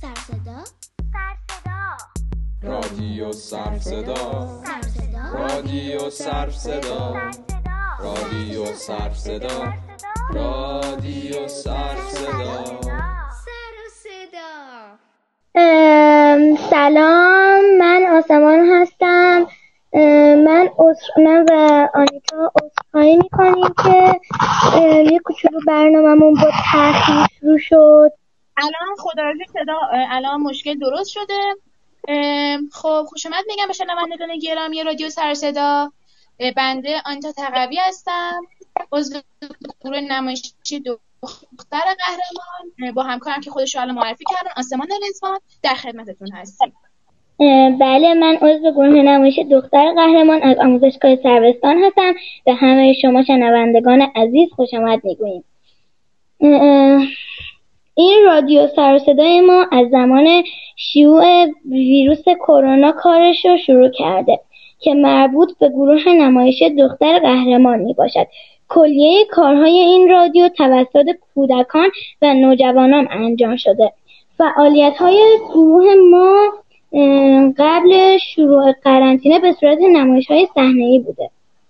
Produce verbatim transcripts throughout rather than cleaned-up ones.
سرصدا سرصدا رادیو سرصدا سرصدا رادیو سرصدا رادیو سرصدا رادیو سرصدا سر و صدا. ام، سلام، من آسمان هستم. ام، من عذر- من و آنیتا عذرخواهی میکنیم که ام، یه کوچولو برنامه‌مون با تاخیر شروع شد. الان خدا رو شکر صدا الان مشکل درست شده. ام، خب خوش اومد میگم به شنوندگان گرامی رادیو سرصدا. اه، بنده آنیتا تقوی هستم، عضو گروه نمایشی دختر قهرمان. اه، با همکارم که خودش رو الان معرفی کردن، آسمان رضوان، در خدمتتون هستیم. ام، بله، من عضو گروه نمایش دختر قهرمان از آموزشگاه سروستان هستم. به همه شما شنوندگان عزیز خوش آمد میگوییم. ام، این رادیو سر و صدای ما از زمان شیوع ویروس کرونا کارش رو شروع کرده که مربوط به گروه نمایش دختر قهرمان می باشد. کلیه کارهای این رادیو توسط کودکان و نوجوانان انجام شده. فعالیت‌های گروه ما اه، قبل شروع قرنطینه به صورت نمایش‌های صحنه‌ای بوده.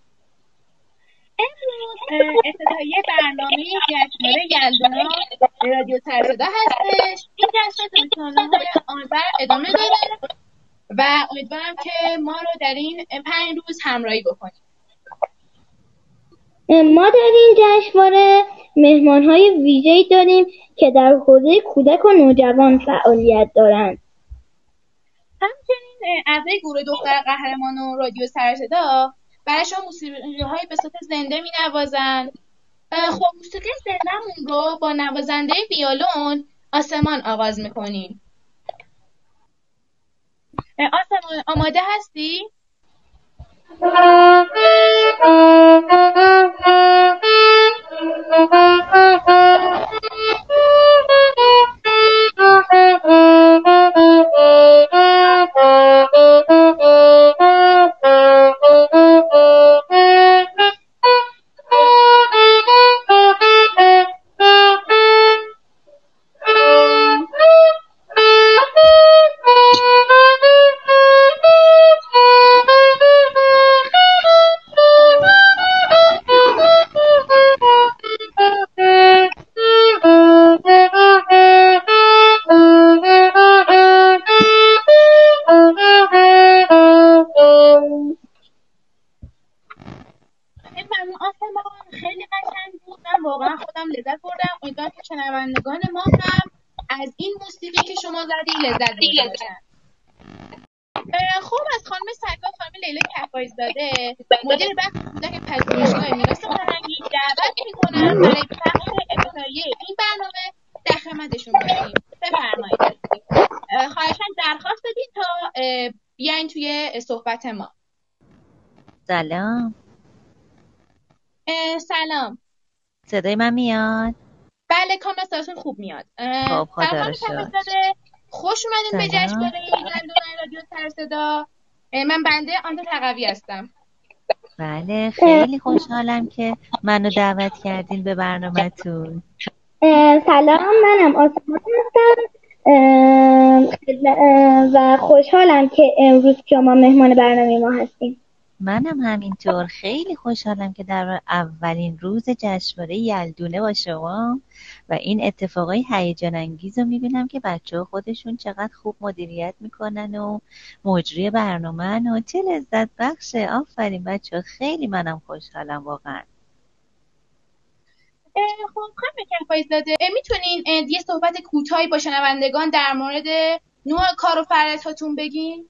امروز اه، افتتاحیه برنامه جشنواره یلدونا رادیو سرصدا هستش. این جشنواره تا بیست و نه آذر ادامه داره و امیدوارم که ما رو در این پنج روز همراهی بکنید. ما در این جشنواره مهمان‌های ویژه‌ای داریم که در حوزه کودک و نوجوان فعالیت دارند. همچنین اه، اعضای گروه دختر قهرمان و رادیو سرصدا برای شما موسیقی‌های به صورت زنده می‌نوازند. خب موسیقی زنده‌مون رو با نوازنده ویولون آسمان آغاز می‌کنیم. آسمان آماده هستی؟ ممنون آسمان، خیلی قشنگ بود. من واقعا خودم لذت بردم. امیدوارم که شنوندگان ما هم از این موسیقی که شما زدی لذت برده باشن. خب از خانم سکا خانم لیلا کفایزاده مدیر بخش کودک پژوهشگاه میراث فرهنگی دعوت میکنم برای پخش افتتاحیه این برنامه در خدمتشون باشیم. بفرمایید. خواهشاً درخواست بدید تا اه، بیاین توی صحبت ما. سلام، اه، سلام. صدای من میاد؟ بله کاملا صداتون خوب میاد. اه، خب خدا سلام رو خانم شکر. کفایزاده، خوش اومدین به سلام. جشنواره یلدونا رادیو سرصدا. اه، من بنده آنتا تقوی هستم. بله خیلی خوشحالم که منو دعوت کردین به برنامه‌تون. اه، سلام، منم آسمان هستم اه، اه، و خوشحالم که امروز شما مهمان برنامه ما هستیم. منم همینطور خیلی خوشحالم که در اولین روز جشنواره یلدونه با شما و این اتفاقای هیجان انگیز رو میبینم که بچه‌ها خودشون چقدر خوب مدیریت میکنن و مجری برنامه‌ن و چه لذت بخشه. آفرین بچه‌ها، خیلی منم خوشحالم واقعا. اه، خب خانم کفایزاده میتونین اه، یه صحبت کوتاهی با شنوندگان در مورد نوع کار و فعالیتاتون بگین؟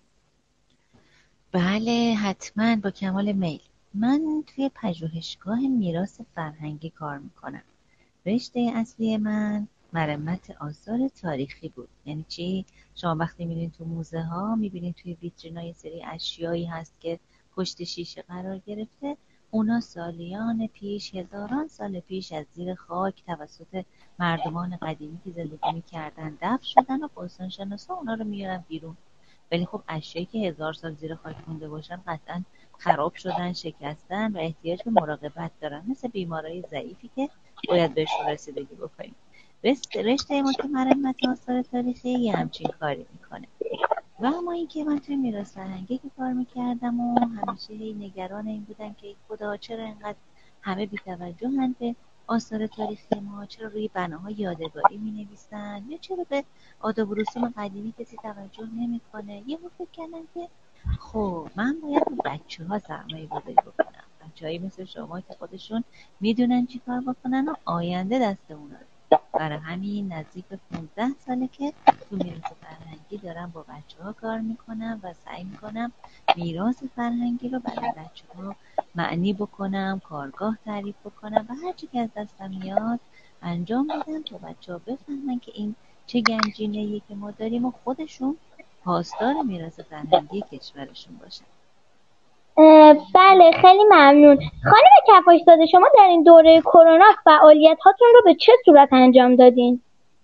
بله حتما، با کمال میل. من توی پژوهشگاه میراث فرهنگی کار میکنم. رشته اصلی من مرمت آثار تاریخی بود. یعنی چی؟ شما وقتی میرین تو موزه ها میبینین توی ویترینا یه سری اشیایی هست که پشت شیشه قرار گرفته. اونا سالیان پیش، هزاران سال پیش از زیر خاک توسط مردمان قدیمی که زندگی میکردن دفن شدن و باستانشناسا اونا رو میارن بیرون. ولی خب اشیایی که هزار سال زیر خاک مونده باشن قطعا خراب شدن، شکستن و احتیاج به مراقبت دارن، مثل بیمارای ضعیفی که باید بهشون رسیدگی بکنیم. رشته ما که مرمت آثار تاریخی یه همچین کاری میکنه. و اما این که من توی میراث فرهنگی که کار میکردم و همیشه هی نگران این بودم که خدا چرا اینقدر همه بی‌توجهن به آثار تاریخی ما، چرا روی بناهای یادگاری مینویسن یا چرا به آداب و رسوم قدیمی کسی توجه نمیکنه. یه موقع فکر کردم که خب من باید به بچه ها سرمایه گذاری بکنم، بچه‌هایی مثل شما که خودشون میدونن چی کار بکنن و آینده دست اوناست. برای همین نزدیک به پانزده ساله که تو میراث فرهنگی دارم با بچه ها کار میکنم و سعی میکنم میراث فرهنگی رو برای بچه ها معنی بکنم، کارگاه تعریف بکنم و هر چی که از دستم میاد انجام بدم تا بچه ها بفهمن که این چه گنجینه‌ایه که ما داریم و خودشون پاسدار میراث فرهنگی کشورشون باشن. اه، بله خیلی ممنون. خانم کفاشزاده، شما در این دوره کرونا فعالیت هاتون رو به چه صورت انجام دادین؟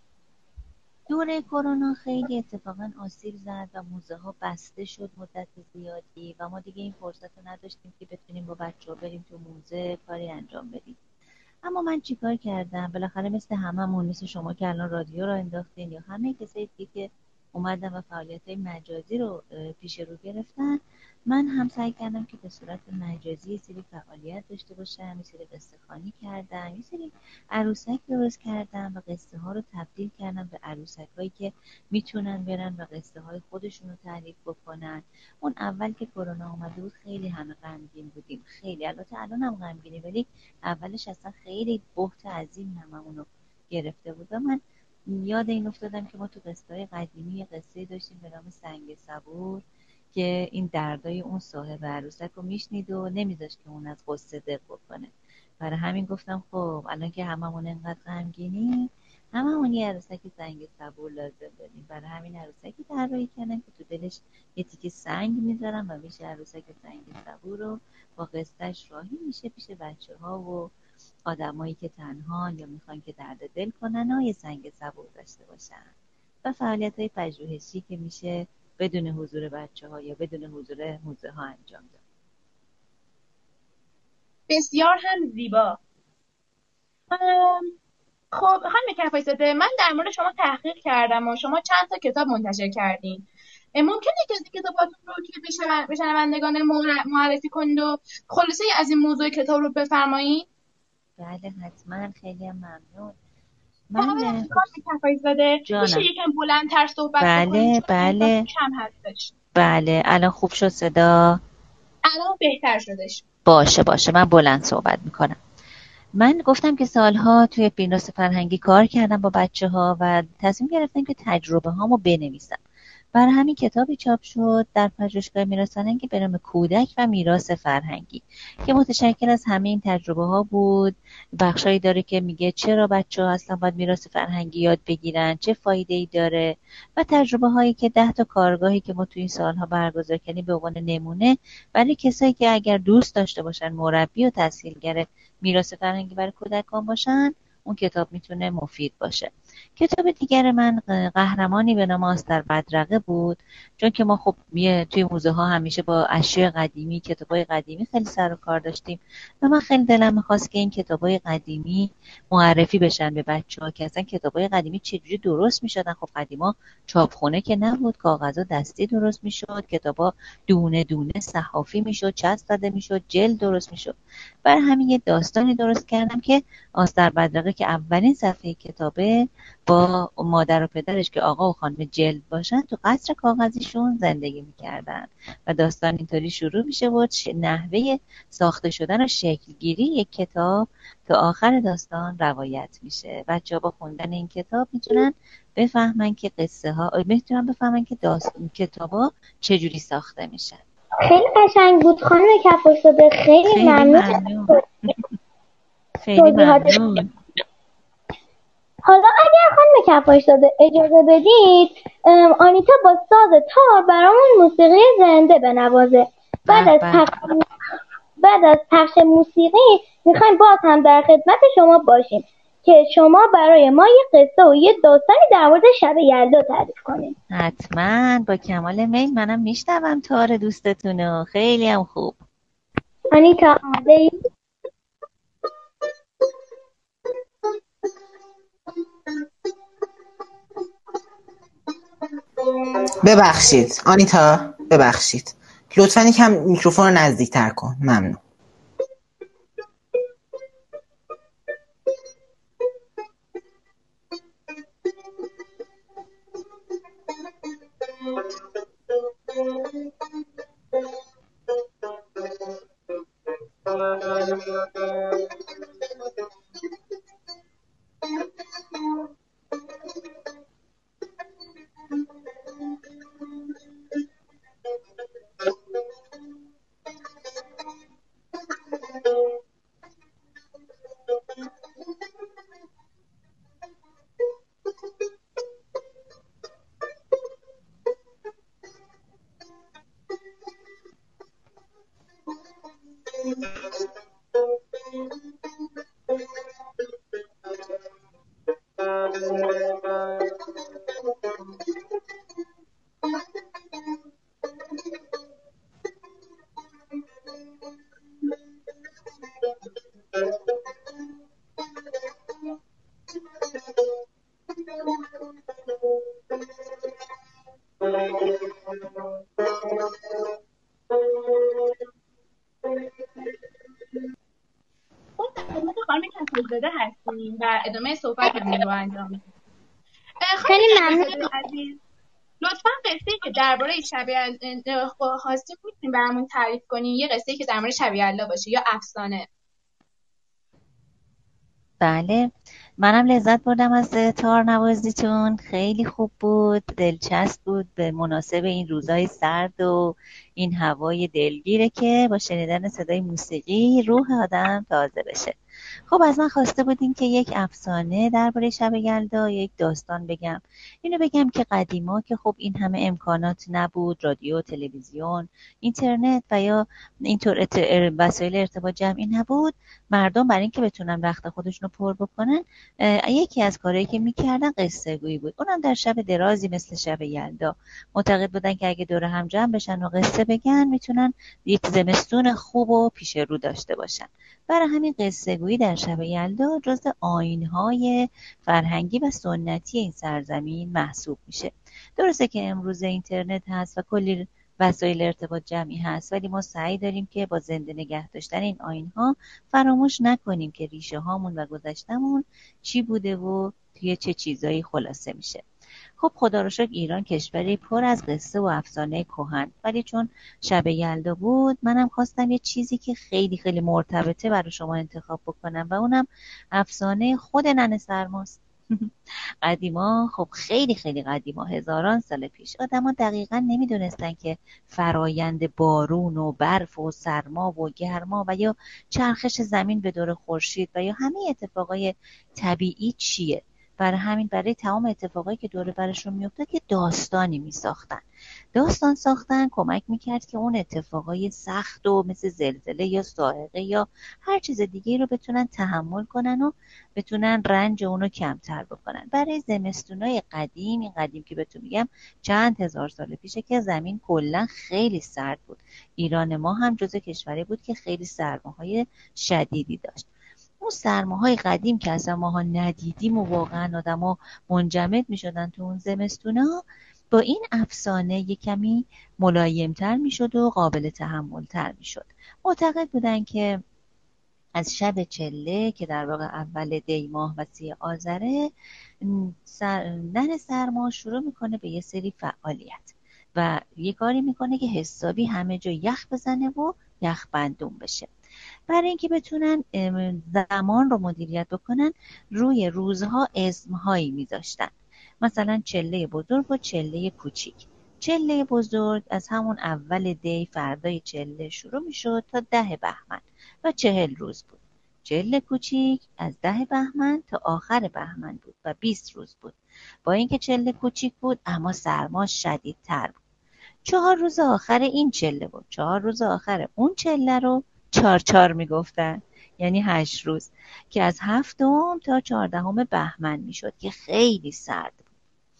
دوره کرونا خیلی اتفاقا آسیب زد و موزه ها بسته شد مدت زیادی و ما دیگه این فرصت رو نداشتیم که بتونیم با بچه ها بریم تو موزه کاری انجام بدیم. اما من چیکار کردم؟ بالاخره مثل هممون، مثل شما که الان رادیو رو انداختین یا همه کسایی دیگه که اومدن و فعالیت‌های مجازی رو پیش رو گرفتن، من هم سعی کردم که به صورت مجازی یه سری فعالیت داشته باشم، یه سری قصه خوانی کردم، یه سری عروسک درست کردم و قصه ها رو تبدیل کردم به عروسک هایی که میتونن برن و قصه های خودشون رو تعریف بکنن. اون اول که کرونا اومده بود خیلی همه غمگین بودیم، خیلی، البته الان هم غمگینی، ولی اولش اصلا خیلی بحت عظیم هممون رو گرفته بود و من یاد این افتادم که ما تو قصه‌های قدیمی قصه داشتیم به نام سنگ صبور که این دردای اون صاحب عروسک رو میشنید و نمیذاشت که اون از قصه دق بکنه. برای همین گفتم خب الان که هممون انقدر غمگینی، هممون یه عروسک سنگ صبور لازم داریم. برای همین عروسکی طراحی کردم که تو دلش یه تیکه سنگ میذارم و میشه عروسک سنگ صبور رو با قصهش راهی میشه پیش بچه ها و آدمایی که تنها یا میخوان که درد دل کنن و یه سنگ صبور داشته باشن. و فعالیت های پژوهشی که میشه بدون حضور بچه ها یا بدون حضور موزه ها انجام داد. بسیار هم زیبا. خب خانم کفایزاده، من در مورد شما تحقیق کردم و شما چند تا کتاب منتشر کردین. ممکنه که از این کتاباتون رو که به شنوندگان معرفی کنید و خلاصه از این موضوع کتاب رو بفرمایید؟ بله حتما، خیلی هم ممنون. من خانم کفایزاده میشه یکم بلندتر صحبت بله بکنید؟ بله کم هستش. بله الان خوب شد صدا؟ الان بهتر شدش. باشه باشه من بلند صحبت میکنم. من گفتم که سالها توی میراث فرهنگی کار کردم با بچه ها و تصمیم گرفتم که تجربه هامو بنویسم. برای همین کتابی چاپ شد در پژوهشگاه میراث فرهنگی به نام کودک و میراث فرهنگی که متشکل از همه این تجربه ها بود. بخشایی داره که میگه چرا بچه ها اصلا باید میراث فرهنگی یاد بگیرن، چه فایده ای داره، و تجربه هایی که ده تا کارگاهی که ما توی این سالها برگزار کردیم به عنوان نمونه برای کسایی که اگر دوست داشته باشن مربی و تسهیلگر میراث فرهنگی برای کودکان باشن، اون کتاب میتونه مفید باشه. کتاب دیگر من قهرمانی به نام آستر بدرقه بود، چون که ما خب توی موزه ها همیشه با اشیاء قدیمی، کتابای قدیمی خیلی سر و کار داشتیم و من خیلی دلم می‌خواست که این کتابای قدیمی معرفی بشن به بچه‌ها که اصلا کتابای قدیمی چجوری درست می‌شدن. خب قدیما چاپخونه که نبود، کاغذا دستی درست می‌شد، کتابا دونه دونه صحافی می‌شد، چسب زده می‌شد، جلد درست می‌شد. برای همین یه داستانی درست کردم که آستر بدرقه که اولین صفحه کتابه با مادر و پدرش که آقا و خانم جلد باشن تو قصر کاغذیشون زندگی میکردن و داستان اینطوری شروع میشه و نحوه ساخته شدن و شکلگیری یک کتاب تا آخر داستان روایت میشه. بچه‌ها با خوندن این کتاب میتونن بفهمن که قصه ها میتونن بفهمن که داستان کتابا چجوری ساخته میشن. خیلی قشنگ بود خانم کفاشزاده، خیلی, خیلی ممنون. ممنون. خیلی ممنون. حالا اگر خانم کفاشزاده اجازه بدید آنیتا با ساز تار برامون موسیقی زنده بنوازه. بعد از پخش بعد از پخش موسیقی میخوایم باز هم در خدمت شما باشیم که شما برای ما یه قصه و یه داستانی در مورد شب یلدا تعریف کنید. حتما، با کمال میل. منم میشنوم تار دوستتونو، خیلی هم خوب. آنیتا آماده ای؟ ببخشید آنیتا، ببخشید لطفاً یکم میکروفون رو نزدیک تر کن. ممنون. خدمت خانم کسالزاده هستیم و ادامه صحبت همون رو انجام میدیم. خانم خیلی ممنون. کسالزاده عزیز، لطفا قصه که درباره شب خواستیم میتونیم برامون تعریف کنین، یه قصه که در مورد شب یلدا باشه یا افسانه. بله، منم لذت بردم از تارنوازیتون، خیلی خوب بود، دلچسب بود، به مناسب این روزهای سرد و این هوای دلگیره که با شنیدن صدای موسیقی روح آدم تازه بشه. خب از من خواسته بودین که یک افسانه درباره شب یلدا، یک داستان بگم. اینو بگم که قدیما که خب این همه امکانات نبود، رادیو، تلویزیون، اینترنت و یا اینطور وسایل ارتباط جمعی نبود، مردم برای اینکه بتونن وقت خودشون رو پر بکنن، یکی از کارهایی که میکردن قصه گویی بود. اونم در شب درازی مثل شب یلدا. معتقد بودن که اگه دور هم جمع بشن و قصه بگن، میتونن یک زمستون خوب و پیش رو داشته باشن. برای همین قصه گویی در شب یلدا جزء آیین‌های فرهنگی و سنتی این سرزمین محسوب میشه. درسته که امروز اینترنت هست و کلی وسایل ارتباط جمعی هست، ولی ما سعی داریم که با زنده نگه داشتن این آیین‌ها فراموش نکنیم که ریشه هامون و گذشتمون چی بوده و توی چه چیزایی خلاصه میشه. خب خدا رو شکر ایران کشوری پر از قصه و افسانه کهن، ولی چون شب یلدا بود منم خواستم یه چیزی که خیلی خیلی مرتبطه برای شما انتخاب بکنم و اونم افسانه خود ننه سرماست. قدیما، خب خیلی خیلی قدیما، هزاران سال پیش، آدما دقیقاً نمیدونستن که فرایند بارون و برف و سرما و گرما و یا چرخش زمین به دور خورشید و یا همه اتفاقای طبیعی چیه. برای همین برای تمام اتفاقایی که دور برشون میافتاد که داستانی میساختن. داستان ساختن کمک میکرد که اون اتفاقای سخت و مثل زلزله یا صاعقه یا هر چیز دیگه رو بتونن تحمل کنن و بتونن رنج اونو کمتر بکنن. برای زمستونای قدیم، این قدیم که بهتون میگم چند هزار سال پیشه، که زمین کلا خیلی سرد بود. ایران ما هم جزو کشوری بود که خیلی سرماهای شدیدی داشت. اون سرماهای قدیم که اصلا ماها ندیدیم و واقعا آدم ها منجمد می شدن تو اون زمستونا، با این افسانه یک کمی ملایمتر می شد و قابل تحملتر می شد. معتقد بودن که از شب چله که در واقع اول دی ماه و سی آذره، سر... نن سرما شروع میکنه به یه سری فعالیت و یه کاری میکنه که حسابی همه جا یخ بزنه و یخ بندون بشه. برای اینکه بتونن زمان رو مدیریت بکنن، روی روزها اسمهایی میذاشتن، مثلا چله بزرگ و چله کوچیک. چله بزرگ از همون اول دی فردای چله شروع میشد تا ده بهمن و چهل روز بود. چله کوچیک از ده بهمن تا آخر بهمن بود و بیست روز بود. با اینکه چله کوچیک بود اما سرما شدیدتر بود. چهار روز آخر این چله بود. چهار روز آخر اون چله رو چار چار میگفتن، یعنی هشت روز، که از هفتم تا چهاردهم بهمن میشد که خیلی سرد بود.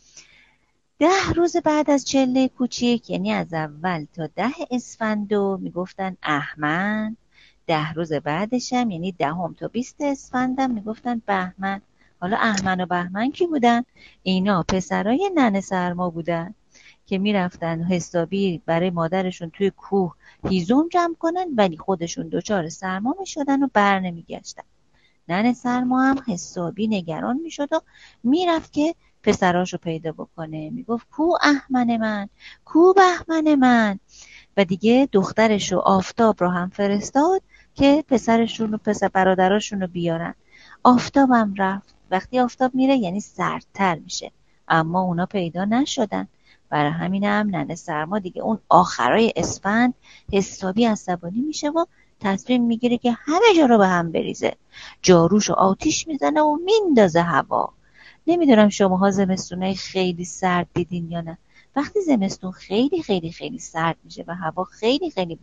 ده روز بعد از چله کوچیک، یعنی از اول تا ده اسفندو میگفتن اهمن. ده روز بعدش هم یعنی دهم تا بیست اسفندم میگفتن بهمن. حالا اهمن و بهمن کی بودن؟ اینا پسرای ننه سرما بودن که میرفتن حسابی برای مادرشون توی کوه هیزم جمع کنن، ولی خودشون دچار سرما میشدن و بر نمیگشتن. ننه سرما هم حسابی نگران میشد و میرفت که پسراشو پیدا بکنه. میگفت کو احمن من، کو بهمن من. و دیگه دخترش و آفتاب رو هم فرستاد که پسرشون و پسر برادراشون رو بیارن. آفتاب هم رفت. وقتی آفتاب میره یعنی سردتر میشه، اما اونا پیدا نشدن. برای همین هم ننه سرما دیگه اون آخرای اسفند حسابی عصبانی میشه و تصمیم میگیره که همه جا رو به هم بریزه. جاروش و آتیش میزنه و میندازه هوا. نمیدونم شماها زمستونای خیلی سرد دیدین یا نه. وقتی زمستون خیلی خیلی خیلی سرد میشه و هوا خیلی خیلی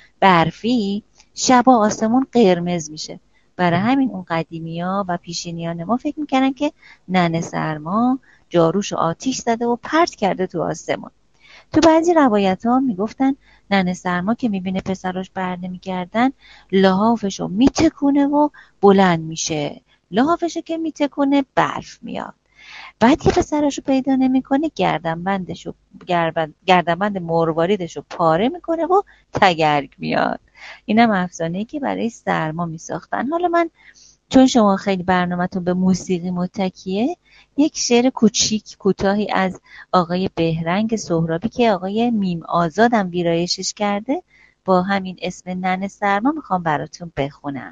برفی، شبا آسمون قرمز میشه. برای همین اون قدیمی‌ها و پیشینیان ما فکر میکنن که ننه سرما جاروش و آتیش زده و پرت کرده تو آسمون. تو بعضی روایت ها میگفتن ننه سرما که میبینه پسراش بر نمیگردن لحافشو میتکونه و بلند میشه. لحافشو که میتکونه برف میاد. بعد که پسرشو پیدا نمیکنه گردنبندشو گردنبند مرواریدشو پاره میکنه و تگرگ میاد. اینم افسانه‌ای که برای سرما میساختن. حالا من چون شما خیلی برنامه‌تون به موسیقی متکیه، یک شعر کوچیک کوتاهی از آقای بهرنگ سهرابی که آقای میم آزادم ویرایشش کرده با همین اسم ننه سرما میخوام براتون بخونم.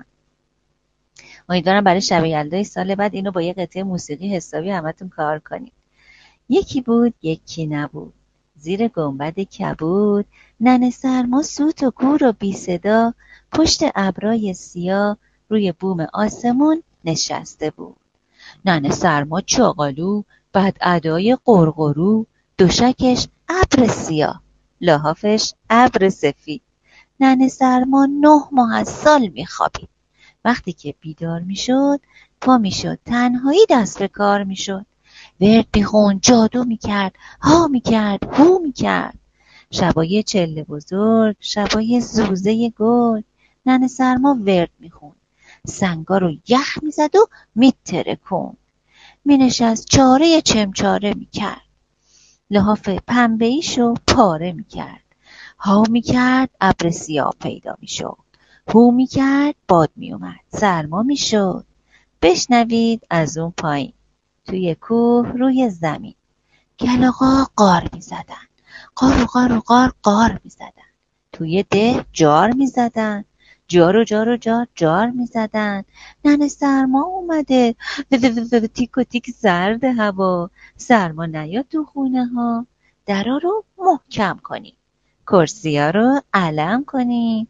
امیدوارم برای شب یلدای سال بعد اینو با یه قطعه موسیقی حسابی همتون کار کنید. یکی بود یکی نبود، زیر گنبد کبود، ننه سرما سوت و کور و بی صدا، پشت ابرای سیاه روی بوم آسمون نشسته بود. ننه سرما چاقالو، بعد ادای قرقرو، دوشکش ابر سیاه، لحافش ابر سفید. ننه سرما نه ماه از سال میخوابید. وقتی که بیدار میشد پا میشد، تنهایی دست به کار میشد. ورد میخوند، جادو میکرد، ها میکرد، هو میکرد. شبای چله بزرگ، شبای زوزه گل، ننه سرما ورد میخوند، سنگا رو یخ میزد و میترکوند. مینشست چاره چمچاره میکرد، لحاف پنبه‌ایشو پاره میکرد. ها میکرد، ابر سیاه پیدا میشد. هو میکرد، باد میومد، سرما میشد. بشنوید از اون پایین. توی کوه روی زمین گلاغا قار میزدن، قار و قار و قار قار میزدن. توی ده جار میزدن، جار و جار و جار جار میزدن. ننه سرما اومده، تیک و تیک زرد هوا. سرما نیاد تو خونه ها، درا رو محکم کنی، کرسی ها رو علم کنی،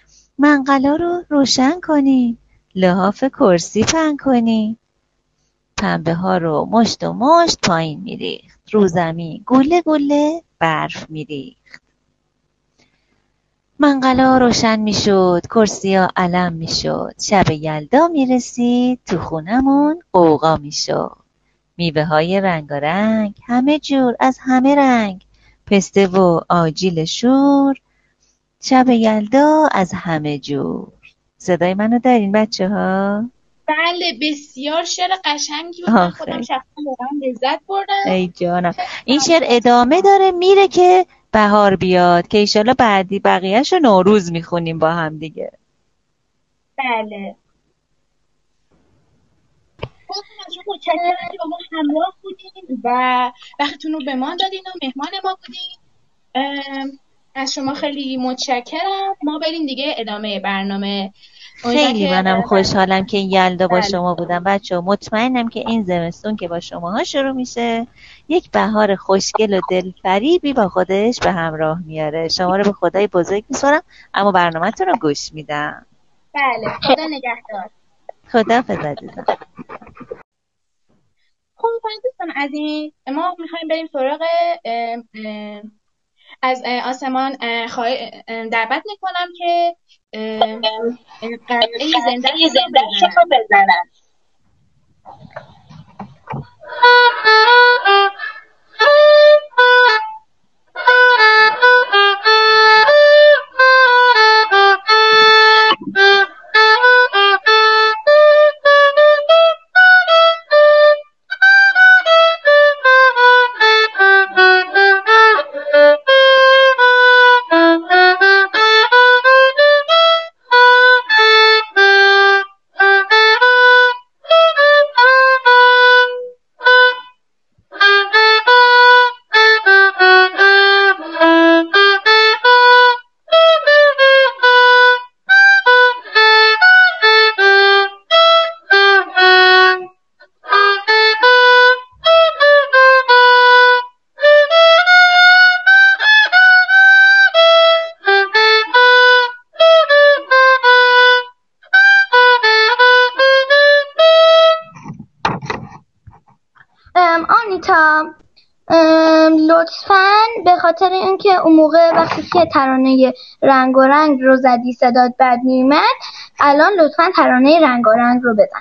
منقلا رو روشن کنی، لحاف کرسی پهن کنی. پنبه ها رو مشت و مشت پایین میریخت، رو زمین گله گله برف میریخت. منقلا روشن میشد، کرسی ها علم میشد. شب یلدا میرسید، تو خونمون قوقا میشد. میوه های رنگارنگ، همه جور از همه رنگ، پسته و آجیل شور. شب یلدا از همه جور. صدای منو دارین بچه ها؟ بله، بسیار شعر قشنگی بود. من خودم شخصا واقعا لذت بردم. ای جانم. این شعر ادامه داره میره که بهار بیاد که ایشالا بعدی بقیهش رو نوروز میخونیم با هم دیگه. بله. متشکرم که با ما همراه بودین و وقتتون رو به ما دادین و مهمان ما بودین. از شما خیلی متشکرم. ما بریم دیگه ادامه برنامه. خیلی منم خوشحالم که این یلدا با شما بودم بچه‌ها. مطمئنم که این زمستون که با شماها شروع میشه یک بهار خوشگل و دلفریبی با خودش به همراه میاره. شما رو به خدای بزرگ میسپارم، اما برنامه‌تون رو گوش میدم. بله، خدا نگهدار. خداحافظ عزیزم. خب دوستان عزیز، ما میخوایم بریم سراغ از آسمان دعوت میکنم که قطعه زنده‌شون رو بزنن. لطفاً به خاطر اینکه اون موقع وقتی که ترانه رنگ و رنگ رو زدی صدات بد میومد، الان لطفاً ترانه رنگ و رنگ رو بزن.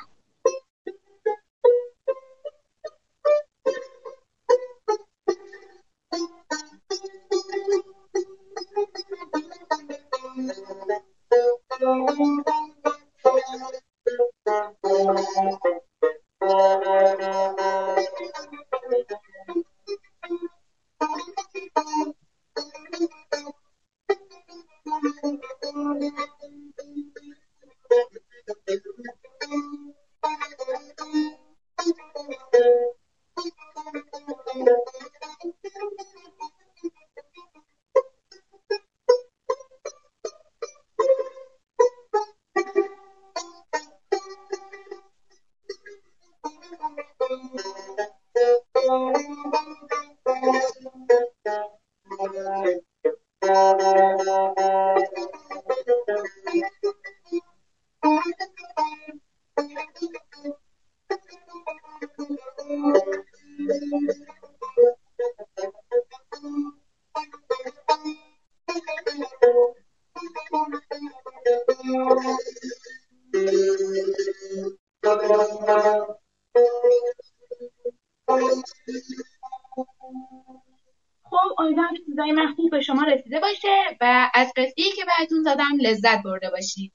خب امیدوارم که صدای من خوب به شما رسیده باشه و از قصه‌ای که براتون زدم لذت برده باشید.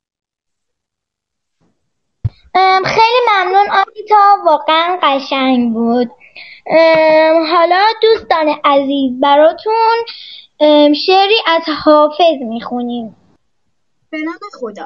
ام، خیلی ممنون آرمیتا، واقعا قشنگ بود. ام، حالا دوستان عزیز براتون ام، شعری از حافظ میخونیم. به نام خدا.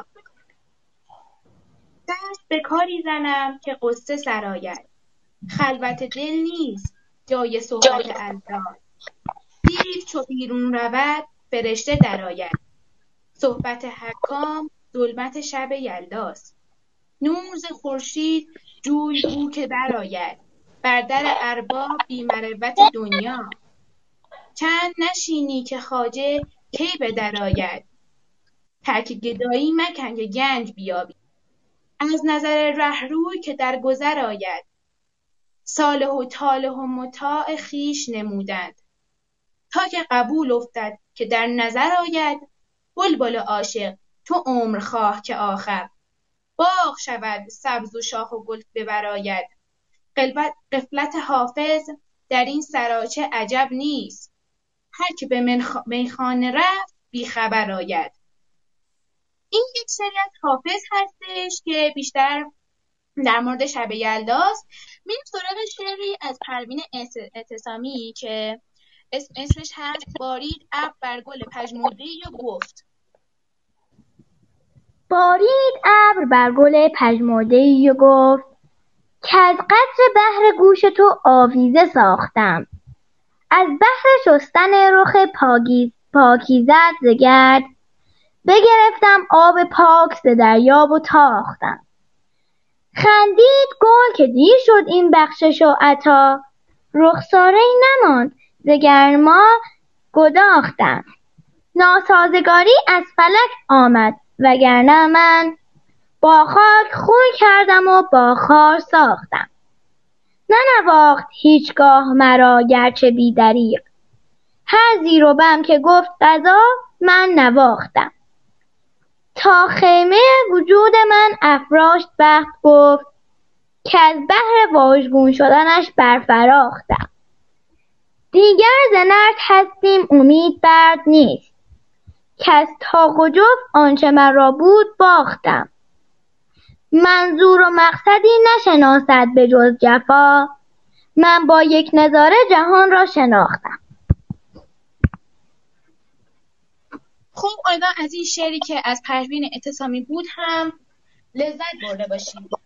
دست به کاری زنم که قصه سرآید، خلوت دل نیست جای صحبت الفاظ. دیو چو بیرون رود فرشته درآید، صحبت حکام ظلمت شب یلداست. نور ز خورشید جوی بو که درآید، بر در ارباب بی مروت دنیا. چند نشینی که خواجه کی به درآید، ترک گدایی مکن که گنج بیابی. از نظر رهروی که در گذر آید، صالح و طالح و مطاع خویش نمودند. تا که قبول افتد که در نظر آید، بلبل عاشق تو عمر خواه که آخر باغ شود سبز و شاخ و گل ببراید. غفلت حافظ در این سراچه عجب نیست، هر که به میخانه رفت بی خبر آید. این یک سری از حافظ هستش که بیشتر در مورد شب یلداست. میریم سراغ شعری از پروین اعتصامی که اسم اسمش هست بارید ابر بر گل پژمرده‌ای و گفت. بارید ابر بر گل پژمرده‌ای و گفت، کز قطر بحر گوش تو آویزه ساختم. از بحر شستن رخ پاکیزت ز گرد، بگرفتم آب پاک ز دریا و تاختم. خندید گل که دیر شد این بخشش و عطا، رخساره‌ای نماند ز گرما گداختم. ناسازگاری از فلک آمد وگرنه من، با خاک خوی کردم و با خار ساختم. ننواخت هیچگاه مرا گرچه بی دریغ، هر زیر و بم که گفت قضا من نواختم. تا خیمه وجود من افراشت بخت گفت، که از بحر واژگون شدنش برفراختم. دیگر ز نرد هستیم امید برد نیست، که از طاق و جفت آنچه مرا بود باختم. منظور و مقصدی نشناسد به جز جفا، من با یک نظاره جهان را شناختم. خب امیدوارم از این شعری که از پروین اعتصامی بود هم لذت برده باشید.